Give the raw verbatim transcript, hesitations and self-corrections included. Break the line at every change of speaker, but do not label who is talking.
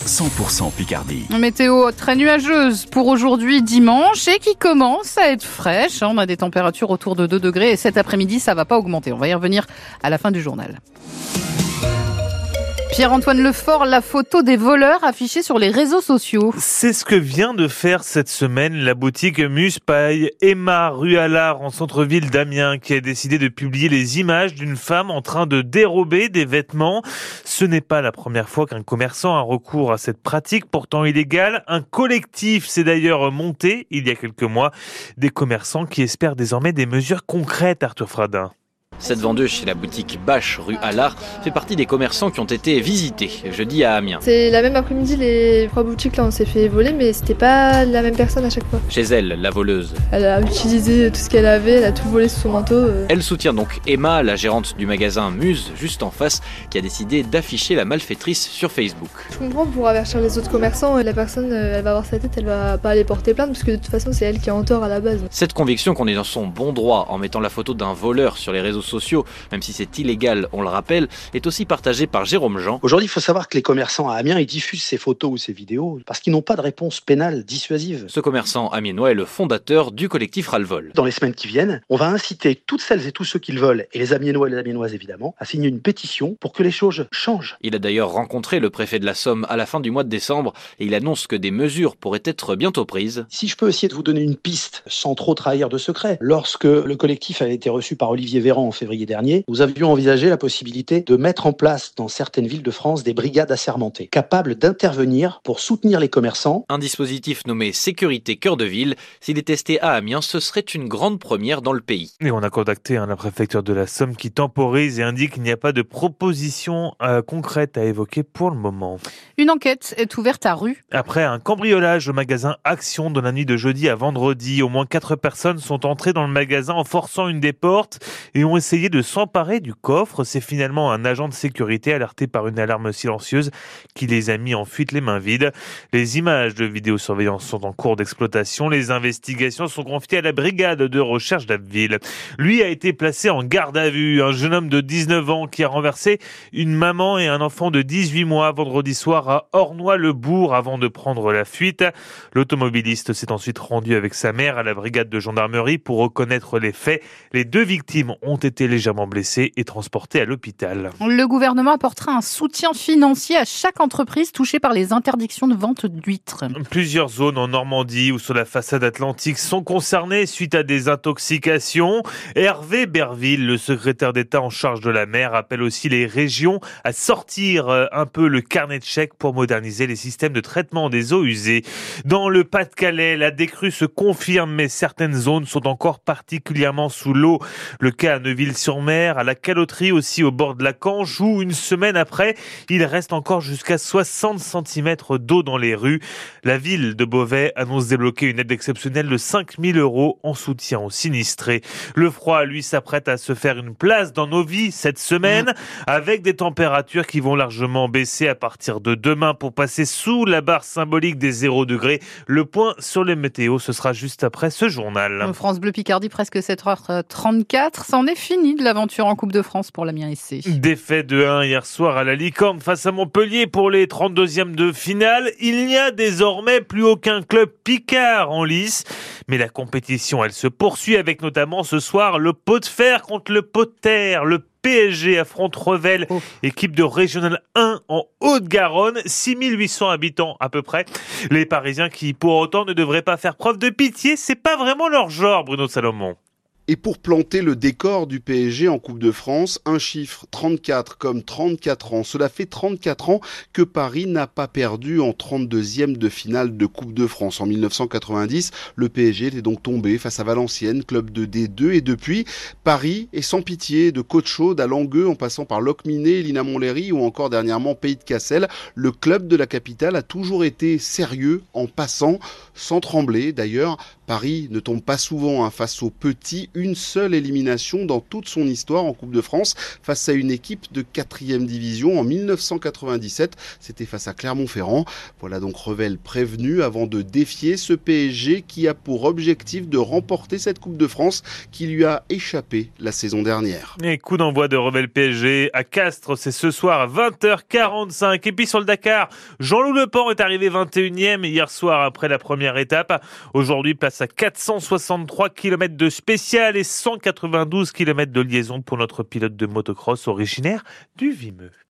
cent pour cent Picardie.
Météo très nuageuse pour aujourd'hui dimanche et qui commence à être fraîche. On a des températures autour de deux degrés et cet après-midi, ça va pas augmenter. On va y revenir à la fin du journal. Pierre-Antoine Lefort, la photo des voleurs affichée sur les réseaux sociaux.
C'est ce que vient de faire cette semaine la boutique Muspaille Emma rue Allard en centre-ville d'Amiens qui a décidé de publier les images d'une femme en train de dérober des vêtements. Ce n'est pas la première fois qu'un commerçant a recours à cette pratique pourtant illégale. Un collectif s'est d'ailleurs monté il y a quelques mois. Des commerçants qui espèrent désormais des mesures concrètes, Arthur Fradin.
Cette vendeuse chez la boutique Bâche rue Allard fait partie des commerçants qui ont été visités jeudi à Amiens.
C'est la même après-midi, les trois boutiques là on s'est fait voler, mais c'était pas la même personne à chaque fois.
Chez elle, la voleuse.
Elle a utilisé tout ce qu'elle avait, elle a tout volé sous son manteau.
Elle soutient donc Emma, la gérante du magasin Muse, juste en face, qui a décidé d'afficher la malfaitrice sur Facebook.
Je comprends, pour avertir les autres commerçants, la personne elle va avoir sa tête, elle va pas aller porter plainte parce que de toute façon c'est elle qui est en tort à la base.
Cette conviction qu'on est dans son bon droit en mettant la photo d'un voleur sur les réseaux sociaux, même si c'est illégal, on le rappelle, est aussi partagée par Jérôme Jean.
Aujourd'hui, il faut savoir que les commerçants à Amiens, ils diffusent ces photos ou ces vidéos parce qu'ils n'ont pas de réponse pénale dissuasive.
Ce commerçant amiénois est le fondateur du collectif Ras-le-Vol.
Dans les semaines qui viennent, on va inciter toutes celles et tous ceux qui le veulent, et les Amiénois et les Amiénoises évidemment, à signer une pétition pour que les choses changent.
Il a d'ailleurs rencontré le préfet de la Somme à la fin du mois de décembre et il annonce que des mesures pourraient être bientôt prises.
Si je peux essayer de vous donner une piste sans trop trahir de secret, lorsque le collectif avait été reçu par Olivier Véran en février dernier, nous avions envisagé la possibilité de mettre en place dans certaines villes de France des brigades assermentées, capables d'intervenir pour soutenir les commerçants.
Un dispositif nommé Sécurité Cœur de Ville, s'il est testé à Amiens, ce serait une grande première dans le pays.
Et on a contacté hein, la préfecture de la Somme qui temporise et indique qu'il n'y a pas de proposition euh, concrète à évoquer pour le moment.
Une enquête est ouverte à Rue.
Après un cambriolage au magasin Action dans la nuit de jeudi à vendredi, au moins quatre personnes sont entrées dans le magasin en forçant une des portes et ont essayé de s'emparer du coffre. C'est finalement un agent de sécurité alerté par une alarme silencieuse qui les a mis en fuite les mains vides. Les images de vidéosurveillance sont en cours d'exploitation. Les investigations sont confiées à la brigade de recherche d'Abbeville. Lui a été placé en garde à vue. Un jeune homme de dix-neuf ans qui a renversé une maman et un enfant de dix-huit mois vendredi soir à Ornois-le-Bourg avant de prendre la fuite. L'automobiliste s'est ensuite rendu avec sa mère à la brigade de gendarmerie pour reconnaître les faits. Les deux victimes ont été légèrement blessés et transportés à l'hôpital.
Le gouvernement apportera un soutien financier à chaque entreprise touchée par les interdictions de vente d'huîtres.
Plusieurs zones en Normandie ou sur la façade atlantique sont concernées suite à des intoxications. Hervé Berville, le secrétaire d'État en charge de la mer, appelle aussi les régions à sortir un peu le carnet de chèques pour moderniser les systèmes de traitement des eaux usées. Dans le Pas-de-Calais, la décrue se confirme, mais certaines zones sont encore particulièrement sous l'eau. Le cas à Neuville-sur-Mer, à la Caloterie aussi au bord de la Canche, où une semaine après, il reste encore jusqu'à soixante centimètres d'eau dans les rues. La ville de Beauvais annonce débloquer une aide exceptionnelle de cinq mille euros en soutien aux sinistrés. Le froid, lui, s'apprête à se faire une place dans nos vies cette semaine, avec des températures qui vont largement baisser à partir de demain pour passer sous la barre symbolique des zéro degrés. Le point sur les météos, ce sera juste après ce journal.
France Bleu Picardie, presque sept heures trente-quatre. C'en est fini de l'aventure en Coupe de France pour l'Amiens S C.
Défaite de un hier soir à la Licorne face à Montpellier pour les trente-deuxièmes de finale. Il n'y a désormais plus aucun club picard en lice. Mais la compétition, elle se poursuit avec notamment ce soir le pot de fer contre le pot de terre. Le P S G affronte Revel, oh. équipe de Régional un en Haute-Garonne, six mille huit cents habitants à peu près. Les Parisiens qui, pour autant, ne devraient pas faire preuve de pitié, c'est pas vraiment leur genre, Bruno Salomon.
Et pour planter le décor du P S G en Coupe de France, un chiffre trente-quatre comme trente-quatre ans. Cela fait trente-quatre ans que Paris n'a pas perdu en trente-deuxième de finale de Coupe de France. En mille neuf cent quatre-vingt-dix, le P S G était donc tombé face à Valenciennes, club de D deux. Et depuis, Paris est sans pitié, de Côte-Chaude à Langueux, en passant par Locminé, Lina Montlhéry ou encore dernièrement Pays de Cassel. Le club de la capitale a toujours été sérieux en passant, sans trembler d'ailleurs. Paris ne tombe pas souvent hein, face aux petits, une seule élimination dans toute son histoire en Coupe de France face à une équipe de quatrième division en mille neuf cent quatre-vingt-dix-sept, c'était face à Clermont-Ferrand. Voilà donc Revel prévenu avant de défier ce P S G qui a pour objectif de remporter cette Coupe de France qui lui a échappé la saison dernière.
Et coup d'envoi de Revel P S G à Castres, c'est ce soir à vingt heures quarante-cinq. Et puis sur le Dakar, Jean-Loup Lepant est arrivé vingt et unième hier soir après la première étape. Aujourd'hui, place à quatre cent soixante-trois kilomètres de spécial et cent quatre-vingt-douze kilomètres de liaison pour notre pilote de motocross originaire du Vimeux.